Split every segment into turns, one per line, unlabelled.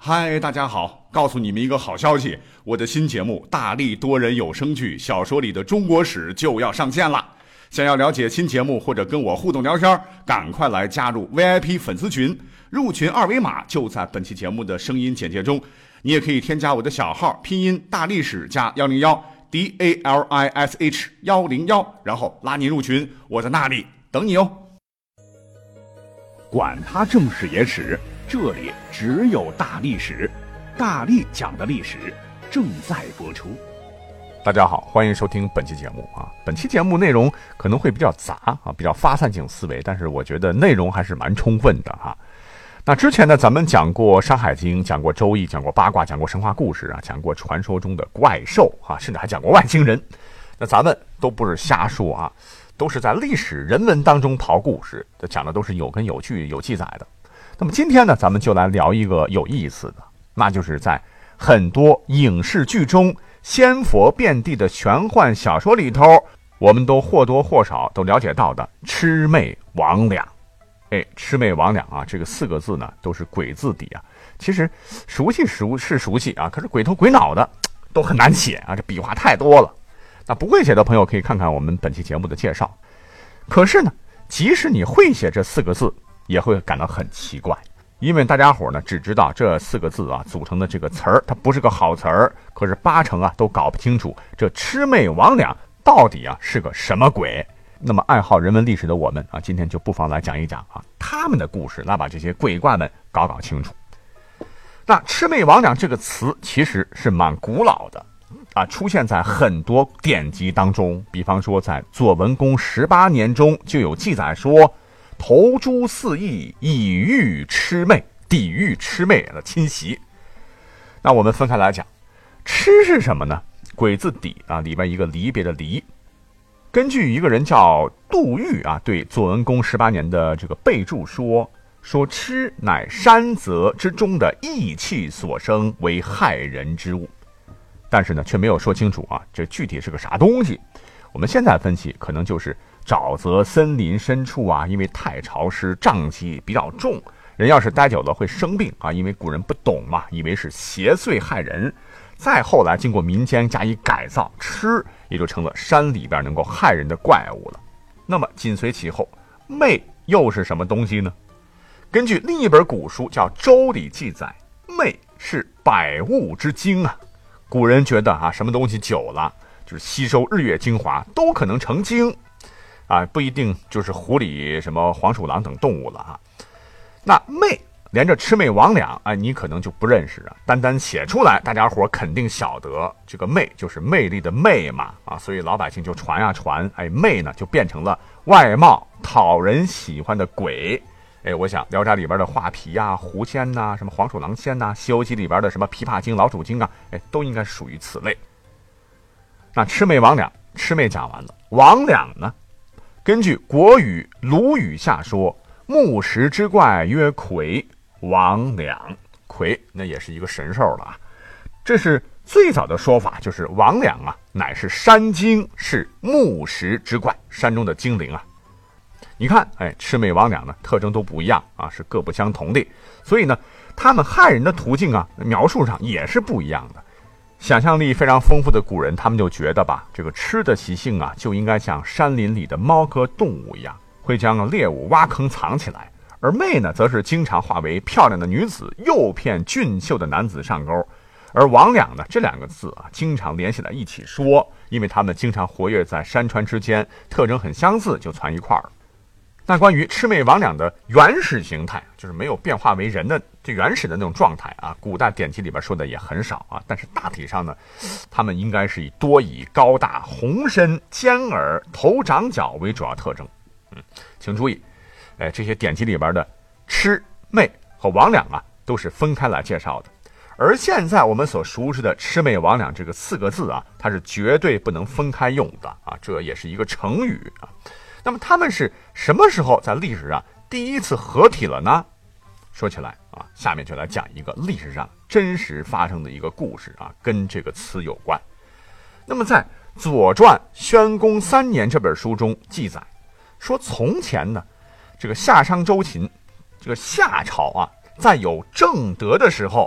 嗨，大家好！告诉你们一个好消息，我的新节目《大力多人有声剧小说里的中国史》就要上线了。想要了解新节目或者跟我互动聊天，赶快来加入 VIP 粉丝群，入群二维码就在本期节目的声音简介中。你也可以添加我的小号，拼音大历史加101 DALISH 101，然后拉您入群，我在那里等你哦。
管他正史野史，这里只有大历史，大力讲的历史正在播出。
大家好，欢迎收听本期节目啊。本期节目内容可能会比较杂啊，比较发散性思维，但是我觉得内容还是蛮充分的哈。那之前呢，咱们讲过《山海经》，讲过《周易》，讲过八卦，讲过神话故事啊，讲过传说中的怪兽啊，甚至还讲过外星人。那咱们都不是瞎说啊，都是在历史人文当中刨故事，讲的都是有根有据、有记载的。那么今天呢，咱们就来聊一个有意思的，那就是在很多影视剧中仙佛遍地的玄幻小说里头，我们都或多或少都了解到的魑魅魍魉。魑魅魍魉啊，这个4个字呢都是鬼字底啊。其实熟悉是熟悉啊，可是鬼头鬼脑的都很难写啊，这笔画太多了。那不会写的朋友可以看看我们本期节目的介绍。可是呢，即使你会写这4个字，也会感到很奇怪，因为大家伙呢只知道这4个字啊组成的这个词儿，它不是个好词儿，可是8成啊都搞不清楚这魑魅魍魉到底啊是个什么鬼。那么爱好人文历史的我们啊，今天就不妨来讲一讲啊他们的故事，来把这些鬼怪们搞清楚。那魑魅魍魉这个词其实是蛮古老的啊，出现在很多典籍当中，比方说在左文公18年中就有记载说，投诸四夷，以御魑魅，抵御魑魅的侵袭。那我们分开来讲，魑是什么呢？鬼字底啊，里边一个离别的离。根据一个人叫杜预啊，对左文公18年的这个备注说魑乃山泽之中的异气所生，为害人之物。但是呢，却没有说清楚啊，这具体是个啥东西。我们现在分析，可能就是沼泽森林深处啊，因为太潮湿，瘴气比较重，人要是待久了会生病啊，因为古人不懂嘛，以为是邪祟害人。再后来经过民间加以改造，魑也就成了山里边能够害人的怪物了。那么紧随其后，魅又是什么东西呢？根据另一本古书叫《周礼》记载，魅是百物之精啊。古人觉得啊，什么东西久了就是吸收日月精华，都可能成精啊，不一定就是狐狸、什么黄鼠狼等动物了啊。那魅连着魑魅魍魉啊，你可能就不认识啊，单写出来，大家伙肯定晓得，这个魅就是魅力的魅嘛啊，所以老百姓就传啊传，魅呢就变成了外貌讨人喜欢的鬼。我想《聊斋》里边的画皮啊、狐仙呐、什么黄鼠狼仙呐、西游记里边的什么琵琶精、老鼠精啊，都应该属于此类。那魑魅魍魉，魑魅讲完了，魍魉呢？根据国语《鲁语》下说，木石之怪曰魁，魍魉。魁那也是一个神兽了啊。这是最早的说法，就是魍魉啊，乃是山精，是木石之怪，山中的精灵啊。你看，魑魅魍魉呢，特征都不一样啊，是各不相同的。所以呢，他们害人的途径啊，描述上也是不一样的。想象力非常丰富的古人，他们就觉得吧，这个魑的习性啊，就应该像山林里的猫科动物一样，会将猎物挖坑藏起来。而魅呢，则是经常化为漂亮的女子，诱骗俊秀的男子上钩。而魍魉呢，这2个字啊，经常联系在一起说，因为他们经常活跃在山川之间，特征很相似，就攒一块儿。那关于魑魅魍魉的原始形态，就是没有变化为人的这原始的那种状态啊，古代典籍里边说的也很少啊。但是大体上呢，他们应该是以高大、红身、尖耳、头长角为主要特征。请注意，这些典籍里边的魑魅和魍魉啊，都是分开来介绍的。而现在我们所熟知的魑魅魍魉这个4个字啊，它是绝对不能分开用的啊，这也是一个成语啊。那么他们是什么时候在历史上第一次合体了呢？说起来啊，下面就来讲一个历史上真实发生的一个故事啊，跟这个词有关。那么在《左传·宣公3年》这本书中记载说，从前呢，这个夏商周秦，这个夏朝啊，在有正德的时候，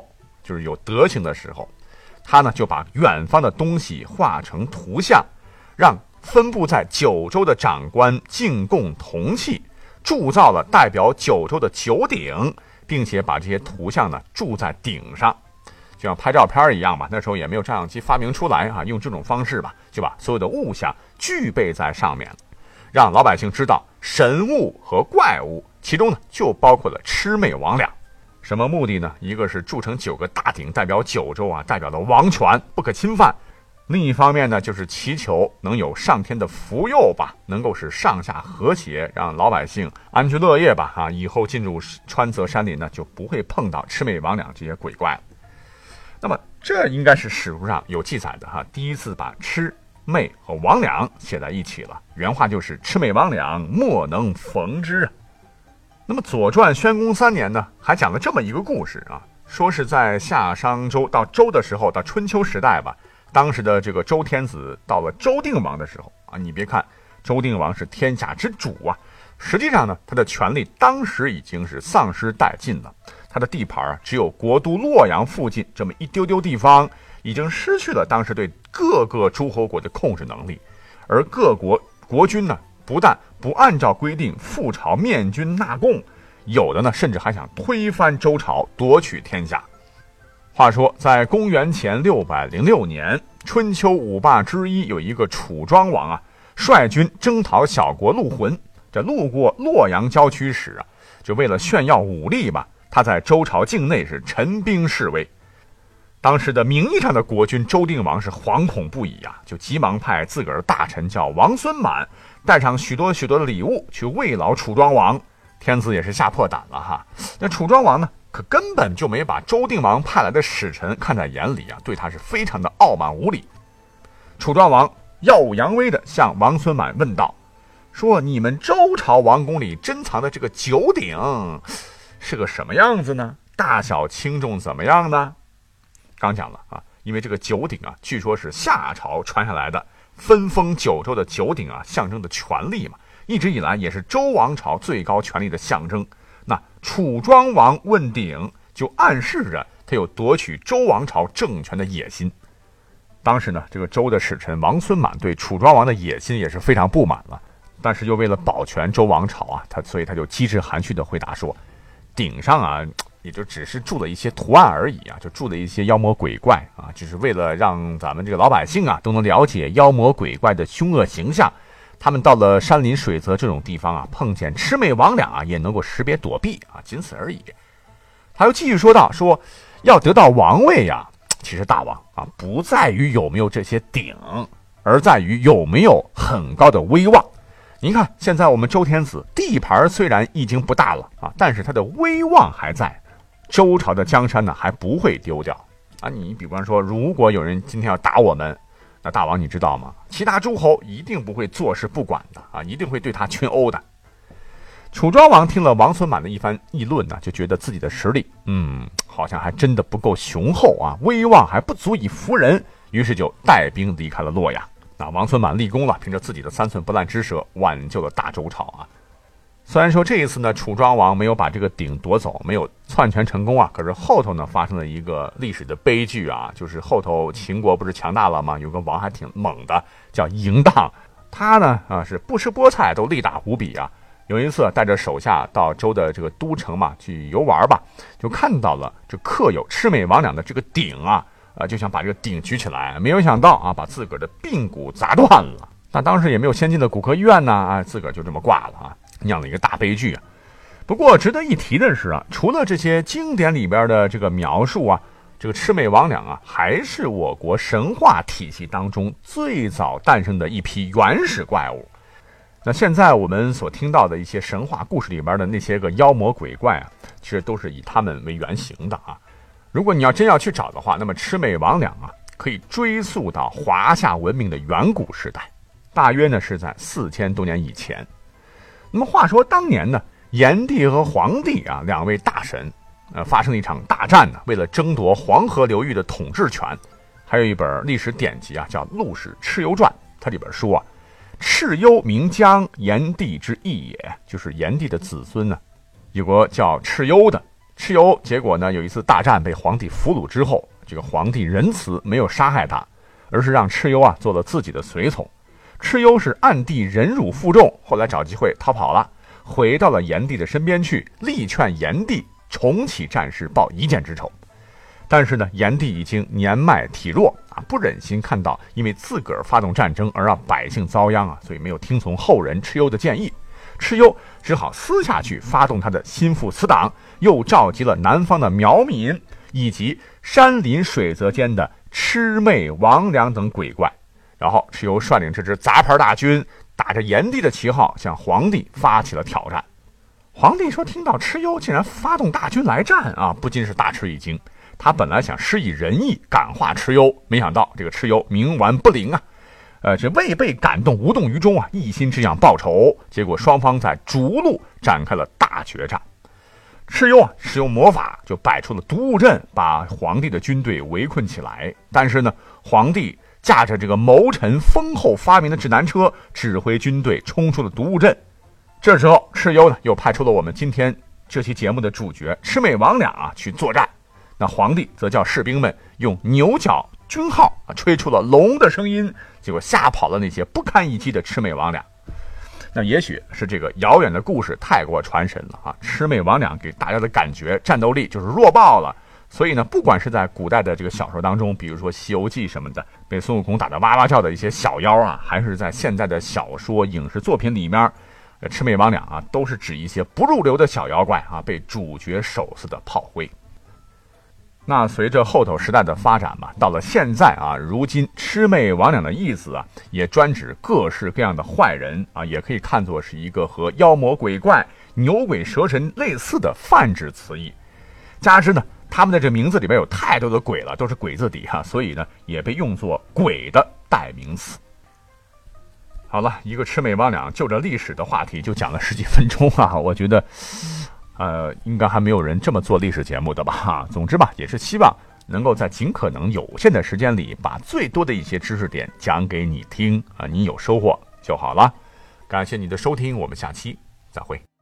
就是有德行的时候，他呢就把远方的东西画成图像，让分布在九州的长官进贡铜器，铸造了代表九州的九鼎，并且把这些图像呢铸在鼎上，就像拍照片一样吧。那时候也没有照相机发明出来啊，用这种方式吧，就把所有的物象具备在上面，让老百姓知道神物和怪物，其中呢就包括了魑魅魍魉。什么目的呢？一个是铸成9个大鼎，代表九州啊，代表了王权不可侵犯；另一方面呢，就是祈求能有上天的福佑吧，能够使上下和谐，让老百姓安居乐业吧。啊，以后进入川泽山林呢，就不会碰到魑魅魍魉这些鬼怪了。那么这应该是史书上有记载的哈，第一次把魑魅和魍魉写在一起了。原话就是魑魅魍魉莫能逢之。那么《左传》宣公3年呢，还讲了这么一个故事啊，说是在夏商周到周的时候，到春秋时代吧，当时的这个周天子到了周定王的时候啊，你别看周定王是天下之主啊，实际上呢，他的权力当时已经是丧失殆尽了。他的地盘啊，只有国都洛阳附近这么一丢丢地方，已经失去了当时对各个诸侯国的控制能力，而各国国君呢，不但不按照规定赴朝面君纳贡，有的呢甚至还想推翻周朝，夺取天下。话说在公元前606年，春秋5霸之一有一个楚庄王啊，率军征讨小国陆浑，这路过洛阳郊区时啊，就为了炫耀武力吧，他在周朝境内是陈兵示威。当时的名义上的国君周定王是惶恐不已啊，就急忙派自个儿大臣叫王孙满，带上许多的礼物去慰劳楚庄王。天子也是吓破胆了哈。那楚庄王呢，可根本就没把周定王派来的使臣看在眼里啊，对他是非常的傲慢无礼。楚庄王耀武扬威的向王孙满问道，说你们周朝王宫里珍藏的这个九鼎是个什么样子呢？大小轻重怎么样呢？刚讲了啊，因为这个九鼎啊，据说是夏朝传下来的，分封九州的九鼎啊，象征的权力嘛，一直以来也是周王朝最高权力的象征。那楚庄王问鼎，就暗示着他有夺取周王朝政权的野心。当时呢，这个周的使臣王孙满对楚庄王的野心也是非常不满了，但是又为了保全周王朝啊，所以他就机智含蓄的回答说，鼎上啊，也就只是铸了一些图案而已啊，就铸了一些妖魔鬼怪啊，只是为了让咱们这个老百姓啊都能了解妖魔鬼怪的凶恶形象，他们到了山林水泽这种地方啊，碰见魑魅魍魉啊，也能够识别躲避啊，仅此而已。他又继续说道，说要得到王位呀，其实大王啊，不在于有没有这些鼎，而在于有没有很高的威望。您看现在我们周天子地盘虽然已经不大了啊，但是他的威望还在，周朝的江山呢还不会丢掉啊。你比方说，如果有人今天要打我们，那大王你知道吗？其他诸侯一定不会坐视不管的啊，一定会对他群殴的。楚庄王听了王孙满的一番议论呢，就觉得自己的实力好像还真的不够雄厚啊，威望还不足以服人，于是就带兵离开了洛阳。那王孙满立功了，凭着自己的3寸不烂之舌挽救了大周朝啊。虽然说这一次呢，楚庄王没有把这个鼎夺走，没有篡权成功啊，可是后头呢发生了一个历史的悲剧啊，就是后头秦国不是强大了吗？有个王还挺猛的，叫嬴荡，他呢是不吃菠菜都力大无比啊。有一次带着手下到周的这个都城嘛去游玩吧，就看到了这刻有魑魅魍魉的这个鼎啊，就想把这个鼎举起来，没有想到啊，把自个儿的髌骨砸断了。那当时也没有先进的骨科医院呢，自个儿就这么挂了啊，酿了一个大悲剧啊。不过值得一提的是啊，除了这些经典里边的这个描述啊，这个魑魅魍魉啊，还是我国神话体系当中最早诞生的一批原始怪物。那现在我们所听到的一些神话故事里边的那些个妖魔鬼怪啊，其实都是以他们为原型的啊。如果你要真要去找的话，那么魑魅魍魉啊，可以追溯到华夏文明的远古时代，大约呢是在4000多年以前。那么话说当年呢，炎帝和黄帝啊2位大神发生了一场大战呢，为了争夺黄河流域的统治权。还有一本历史典籍啊，叫《陆史蚩尤传》，它里边说啊，蚩尤名姜，炎帝之裔也，就是炎帝的子孙呢，有个叫蚩尤的， 蚩尤结果呢有一次大战被皇帝俘虏之后，这个皇帝仁慈，没有杀害他，而是让蚩尤做了自己的随从。蚩尤是暗地忍辱负重，后来找机会逃跑了，回到了炎帝的身边去，力劝炎帝重启战事，报一箭之仇。但是呢，炎帝已经年迈体弱不忍心看到因为自个儿发动战争而让百姓遭殃所以没有听从后人蚩尤的建议。蚩尤只好私下去发动他的心腹死党，又召集了南方的苗民以及山林水泽间的魑魅魍魉等鬼怪，然后蚩尤率领这支杂牌大军，打着炎帝的旗号向皇帝发起了挑战。皇帝说听到蚩尤竟然发动大军来战不禁是大吃一惊。他本来想施以仁义感化蚩尤，没想到这个蚩尤冥顽不灵这未被感动无动于衷一心只想报仇。结果双方在逐鹿展开了大决战。蚩尤使用魔法就摆出了毒雾阵，把皇帝的军队围困起来。但是呢，皇帝驾着这个谋臣丰厚发明的指南车，指挥军队冲出了毒雾阵。这时候蚩尤呢又派出了我们今天这期节目的主角魑魅魍魉去作战。那皇帝则叫士兵们用牛角军号吹出了龙的声音，结果吓跑了那些不堪一击的魑魅魍魉。那也许是这个遥远的故事太过传神了魑魅魍魉给大家的感觉战斗力就是弱爆了。所以呢，不管是在古代的这个小说当中，比如说《西游记》什么的，被孙悟空打得哇哇叫的一些小妖还是在现在的小说影视作品里面，魑魅魍魉都是指一些不入流的小妖怪被主角手撕的炮灰。那随着后头时代的发展到了现在如今魑魅魍魉的意思也专指各式各样的坏人也可以看作是一个和妖魔鬼怪、牛鬼蛇神类似的泛指词义。加之呢，他们的这名字里边有太多的鬼了，都是鬼字底所以呢，也被用作鬼的代名词。好了，一个魑魅魍魉就着历史的话题就讲了10几分钟我觉得应该还没有人这么做历史节目的吧总之吧，也是希望能够在尽可能有限的时间里，把最多的一些知识点讲给你听你有收获就好了。感谢你的收听，我们下期再会。